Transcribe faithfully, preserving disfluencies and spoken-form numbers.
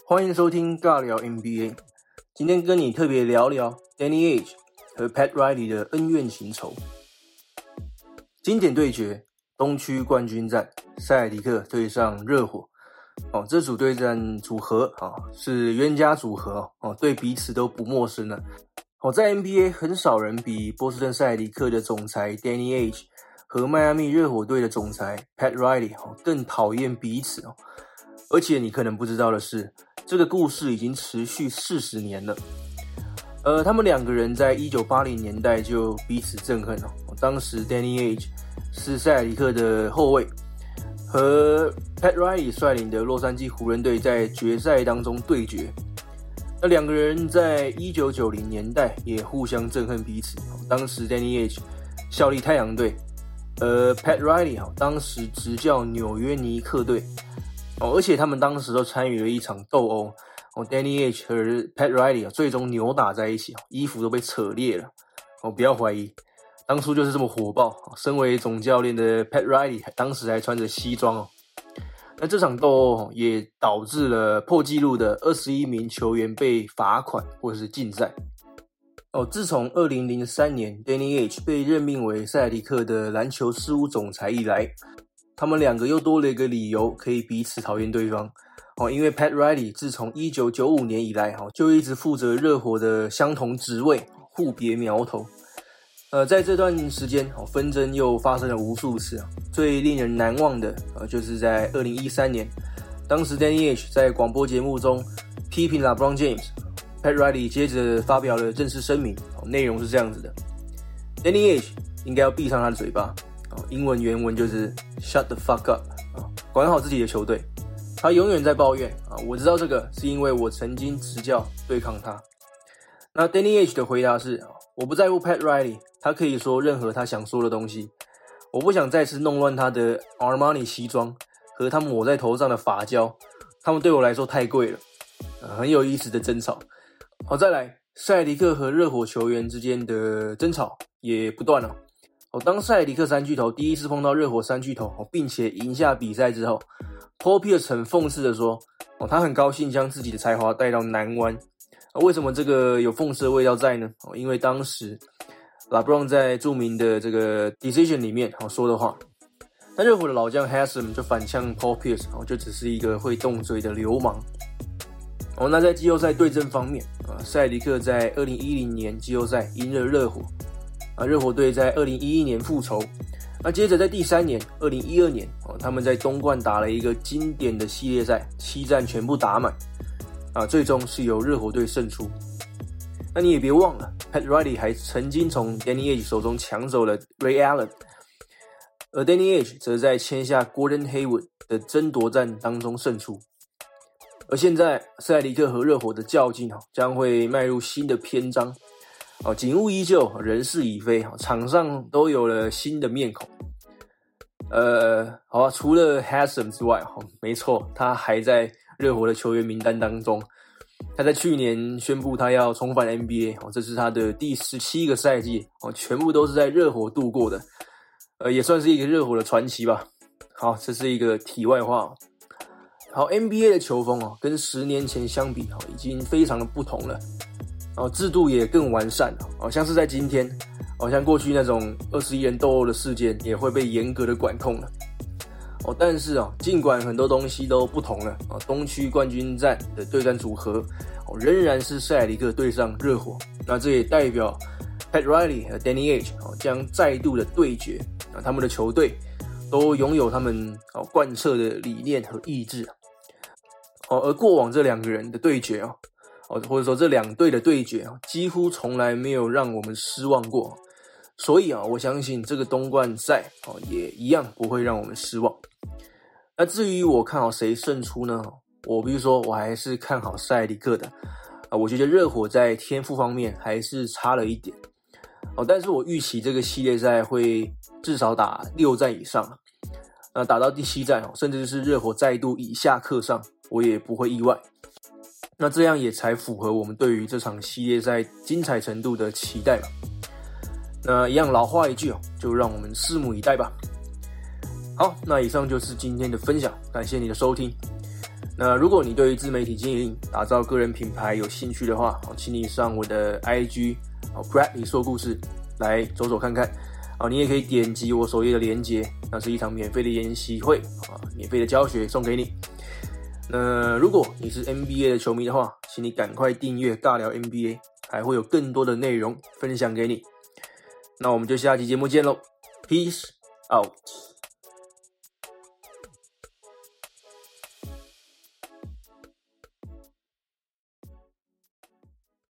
欢迎收听尬聊 N B A， 今天跟你特别聊聊 Danny Ainge 和 Pat Riley 的恩怨情仇。经典对决，东区冠军战，塞尔提克对上热火。哦，这组对战组合啊、哦、是冤家组合哦，对彼此都不陌生了。哦，在 N B A 很少人比波士顿塞尔提克的总裁 Danny Ainge 和迈阿密热火队的总裁 Pat Riley 哦更讨厌彼此哦。而且你可能不知道的是，这个故事已经持续四十年了。呃，他们两个人在一九八零年代就彼此憎恨哦。当时 Danny Ainge 是塞尔提克的后卫，和 Pat Riley 率领的洛杉矶湖人队在决赛当中对决。那两个人在一九九零年代也互相憎恨彼此。当时 Danny Ainge 效力太阳队，而 Pat Riley 当时执教纽约尼克队。哦，而且他们当时都参与了一场斗殴。哦 ，Danny Ainge 和 Pat Riley 最终扭打在一起，衣服都被扯裂了。哦，不要怀疑，当初就是这么火爆。身为总教练的 Pat Riley 当时还穿着西装哦。那这场斗殴也导致了破纪录的二十一名球员被罚款或者是禁赛。哦，自从二零零三年 Danny Ainge 被任命为塞尔提克的篮球事务总裁以来，他们两个又多了一个理由可以彼此讨厌对方。哦，因为 Pat Riley 自从一九九五年以来就一直负责热火的相同职位，互别苗头。呃，在这段时间纷争又发生了无数次。最令人难忘的就是在二零一三年，当时 Danny Ainge 在广播节目中批评 LeBron James，Pat Riley 接着发表了正式声明，内容是这样子的： Danny Ainge 应该要闭上他的嘴巴。英文原文就是 Shut the fuck up， 管好自己的球队。他永远在抱怨，我知道这个是因为我曾经执教对抗他。那 Danny Ainge 的回答是，我不在乎 Pat Riley， 他可以说任何他想说的东西，我不想再次弄乱他的 Armani 西装和他抹在头上的发胶，他们对我来说太贵了。很有意思的争吵。好，再来，塞尔提克和热火球员之间的争吵也不断了。当塞尔提克三巨头第一次碰到热火三巨头，并且赢下比赛之后， Paul Pierce 很讽刺的说，他很高兴将自己的才华带到南湾。为什么这个有讽刺的味道在呢？因为当时 LeBron 在著名的这个 Decision 里面说的话，那热火的老将 Haslam 就反呛 Paul Pierce， 就只是一个会动嘴的流氓。那在季后赛对阵方面，塞尔提克在二零一零年季后赛赢了热火，啊，热火队在二零一一年复仇，那接着在第三年二零一二年，哦，他们在东冠打了一个经典的系列赛，七战全部打满，啊，最终是由热火队胜出。那你也别忘了 Pat Riley 还曾经从 Danny Ainge 手中抢走了 Ray Allen， 而 Danny Ainge 则在签下 Gordon Hayward 的争夺战当中胜出。而现在塞尔提克和热火的较劲将会迈入新的篇章。哦，景物依旧，人事已非，场上都有了新的面孔。呃，好吧，除了 Haslam 之外，没错，他还在热火的球员名单当中。他在去年宣布他要重返 N B A， 这是他的第十七个赛季，全部都是在热火度过的，呃，也算是一个热火的传奇吧。好，这是一个题外话。好 ，N B A 的球风跟十年前相比，已经非常的不同了。哦，制度也更完善了。哦，像是在今天，哦，像过去那种二十一人斗殴的事件也会被严格的管控了。哦，但是啊，尽管很多东西都不同了，啊，东区冠军战的对战组合，哦，仍然是塞尔提克对上热火。那这也代表 Pat Riley 和 Danny Ainge 哦将再度的对决。啊，他们的球队都拥有他们哦贯彻的理念和意志。哦，而过往这两个人的对决啊。哦，或者说这两队的对决啊，几乎从来没有让我们失望过，所以啊，我相信这个东冠赛哦也一样不会让我们失望。那至于我看好谁胜出呢？我比如说我还是看好塞尔提克的啊，我觉得热火在天赋方面还是差了一点哦，但是我预期这个系列赛会至少打六战以上，那打到第七战哦，甚至是热火再度以下克上，我也不会意外。那这样也才符合我们对于这场系列赛精彩程度的期待嘛。那一样老话一句哦，就让我们拭目以待吧。好，那以上就是今天的分享，感谢你的收听。 那如果你对自媒体经营、打造个人品牌有兴趣的话，请你上我的 I G Bradley 说故事来走走看看。你也可以点击我首页的连结，那是一场免费的研习会，免费的教学送给你。那如果你是 N B A 的球迷的话，请你赶快订阅尬聊 N B A， 还会有更多的内容分享给你。那我们就下期节目见咯， Peace out。